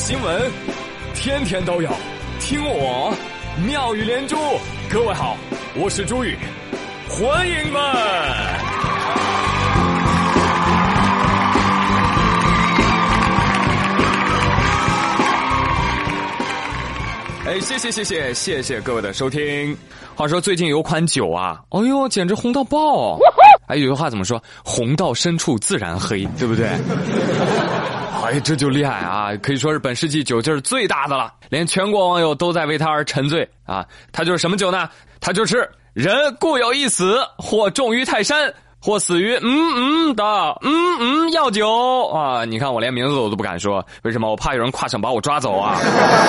新闻天天都有，听我妙语连珠。各位好，我是朱宇，欢迎们。谢谢各位的收听。话说最近有款酒啊，哎呦，简直红到爆！哎，有句话怎么说？红到深处自然黑，对不对？哎，这就厉害啊！可以说是本世纪酒劲儿最大的了，连全国网友都在为它而沉醉啊！它就是什么酒呢？它就是人固有一死，或重于泰山，或死于的药酒啊！你看我连名字我都不敢说，为什么？我怕有人跨省把我抓走啊！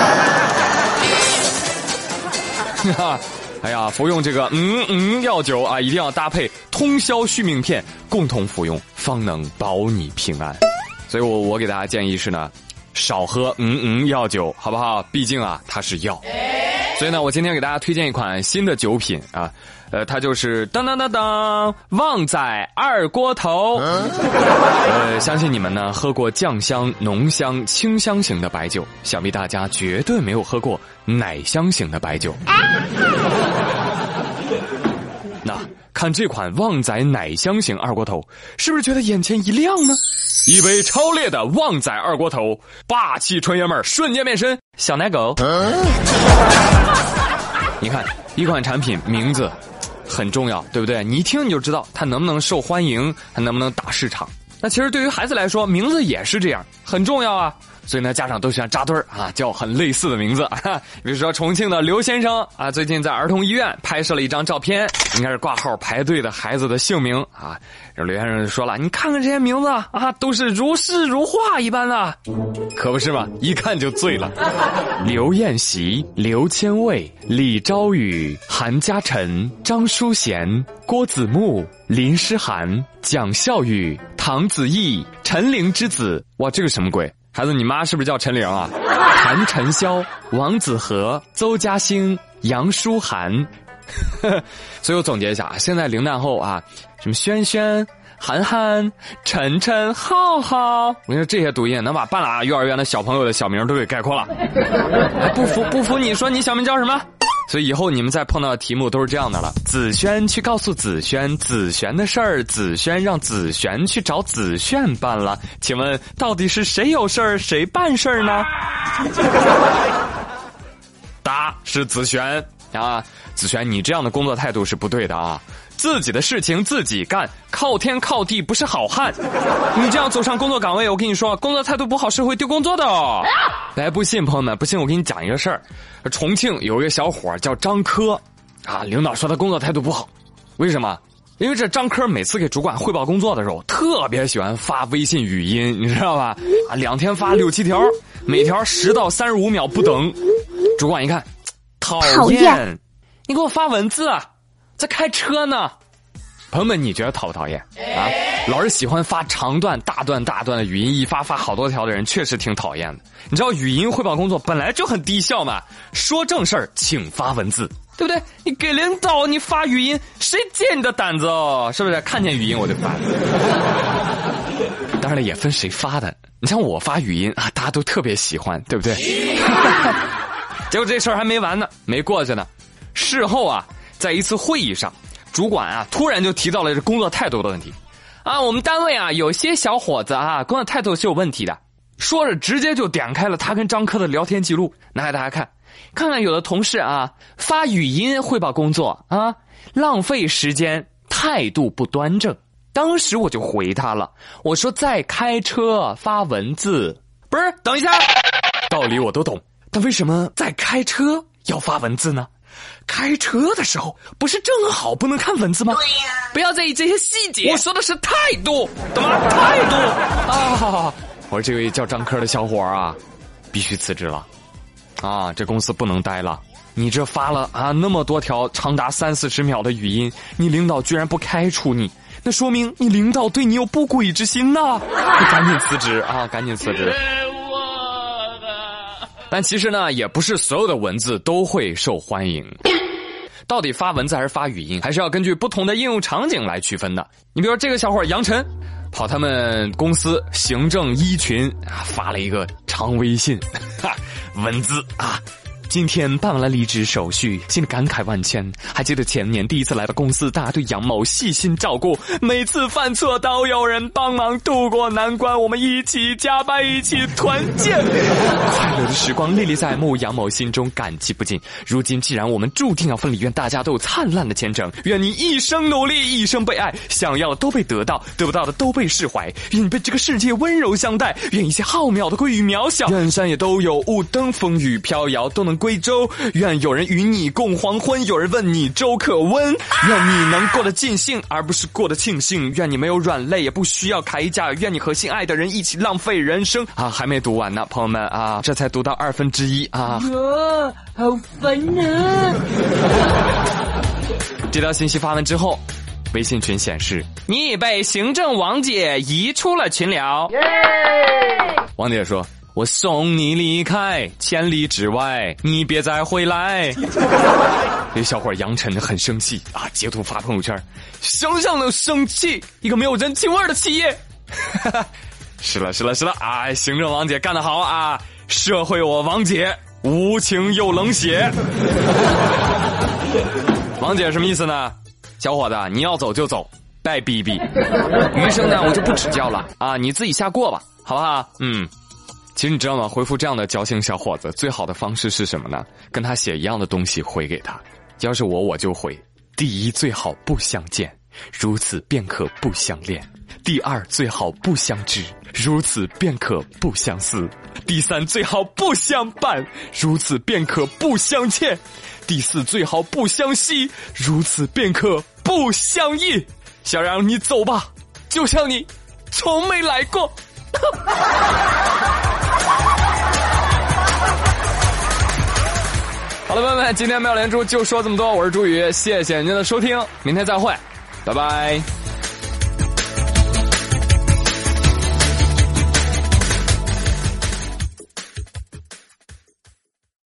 哎呀，服用这个药酒啊，一定要搭配通宵续命片，共同服用，方能保你平安。所以我给大家建议是呢，少喝药酒，好不好？毕竟啊，它是药。所以呢，我今天给大家推荐一款新的酒品啊，它就是旺仔二锅头。相信你们呢喝过酱香、浓香、清香型的白酒，想必大家绝对没有喝过奶香型的白酒。那看这款旺仔奶香型二锅头，是不是觉得眼前一亮呢？一杯超烈的旺仔二锅头，霸气纯爷们儿瞬间变身小奶狗。你看，一款产品名字很重要，对不对？你一听你就知道它能不能受欢迎，它能不能打市场。那其实对于孩子来说，名字也是这样，很重要啊。所以呢，家长都喜欢扎堆儿啊，叫很类似的名字。比如说重庆的刘先生啊，最近在儿童医院拍摄了一张照片，应该是挂号排队的孩子的姓名啊。然后刘先生就说了：“你看看这些名字啊，都是如诗如画一般的，可不是嘛？一看就醉了。刘彦习、刘千卫、李昭宇、韩家晨、张淑贤、郭子木、林诗涵、蒋孝宇、唐子毅、陈琳之子。哇，这个什么鬼？孩子，你妈是不是叫陈玲啊？谭晨霄、王子和、邹嘉兴、杨舒涵。所以我总结一下，现在零蛋后啊，什么轩轩、涵涵、晨晨、浩浩，我跟你说这些读音能把半拉幼儿园的小朋友的小名都给概括了。不服你说你小名叫什么？所以以后你们再碰到的题目都是这样的了。子轩去告诉子轩子璇的事儿，子轩让子璇去找子轩办了。请问到底是谁有事儿谁办事儿呢？答是子璇啊，子璇，你这样的工作态度是不对的啊！自己的事情自己干，靠天靠地不是好汉。你这样走上工作岗位，我跟你说，工作态度不好是会丢工作的哦。来，不信朋友们，不信我给你讲一个事儿。重庆有一个小伙叫张科啊，领导说他工作态度不好，为什么？因为这张科每次给主管汇报工作的时候，特别喜欢发微信语音，你知道吧？啊，2天发6、7条，每条10到35秒不等。主管一看，讨厌，你给我发文字啊，在开车呢。朋友们，你觉得讨不讨厌啊？老是喜欢发长段、大段的语音，一发好多条的人，确实挺讨厌的。你知道语音汇报工作本来就很低效嘛，说正事儿请发文字，对不对？你给领导你发语音，谁接你的胆子哦？是不是？看见语音我就发。当然了，也分谁发的。你像我发语音啊，大家都特别喜欢，对不对？结果这事儿还没完呢，没过去呢。事后啊，在一次会议上，主管啊突然就提到了这工作态度的问题啊，我们单位啊有些小伙子啊工作态度是有问题的。说着直接就点开了他跟张科的聊天记录，拿给大家看看有的同事啊发语音汇报工作啊，浪费时间，态度不端正。当时我就回他了，我说在开车发文字，不是，等一下，道理我都懂，但为什么在开车要发文字呢？开车的时候不是正好不能看文字吗？对呀，不要在意这些细节，我说的是态度，懂吗？态度啊！我说这位叫张科的小伙啊，必须辞职了啊！这公司不能待了。你这发了啊那么多条长达30-40秒的语音，你领导居然不开除你，那说明你领导对你有不轨之心呐！你赶紧辞职啊，赶紧辞职。但其实呢，也不是所有的文字都会受欢迎。到底发文字还是发语音，还是要根据不同的应用场景来区分的。你比如说这个小伙杨晨，跑他们公司行政一群啊，发了一个长长微信，文字啊。今天办完了离职手续，心里感慨万千。还记得前年第一次来到公司，大家对杨某细心照顾，每次犯错都有人帮忙渡过难关，我们一起加班，一起团建，快乐的时光历历在目，杨某心中感激不尽。如今既然我们注定要分离，愿大家都有灿烂的前程，愿你一生努力，一生被爱，想要的都被得到，得不到的都被释怀，愿你被这个世界温柔相待，愿一切浩渺的归于渺小，愿山也都有雾灯，风雨飘摇都能归舟，愿有人与你共黄昏，有人问你粥可温，愿你能过得尽兴而不是过得庆幸，愿你没有软肋也不需要铠甲，愿你和心爱的人一起浪费人生啊！还没读完呢，朋友们啊，这才读到1/2啊！ 哟，好烦啊！ 这条信息发完之后，微信群显示你已被行政王姐移出了群聊。王姐说，我送你离开千里之外，你别再回来。这小伙杨晨很生气啊，截图发朋友圈，想想都生气，一个没有人情味的企业。是了啊，行政王姐干得好啊，社会我王姐无情又冷血。王姐什么意思呢？小伙子，你要走就走，拜逼逼，余生呢我就不指教了啊，你自己下过吧，好不好？其实你知道吗？回复这样的矫情小伙子，最好的方式是什么呢？跟他写一样的东西回给他。要是我就回：第一，最好不相见，如此便可不相恋；第二，最好不相知，如此便可不相思；第三，最好不相伴，如此便可不相欠；第四，最好不相惜，如此便可不相忆。小杨，你走吧，就像你从没来过。好了，朋友们，今天妙连珠就说这么多，我是朱宇，谢谢您的收听，明天再会，拜拜。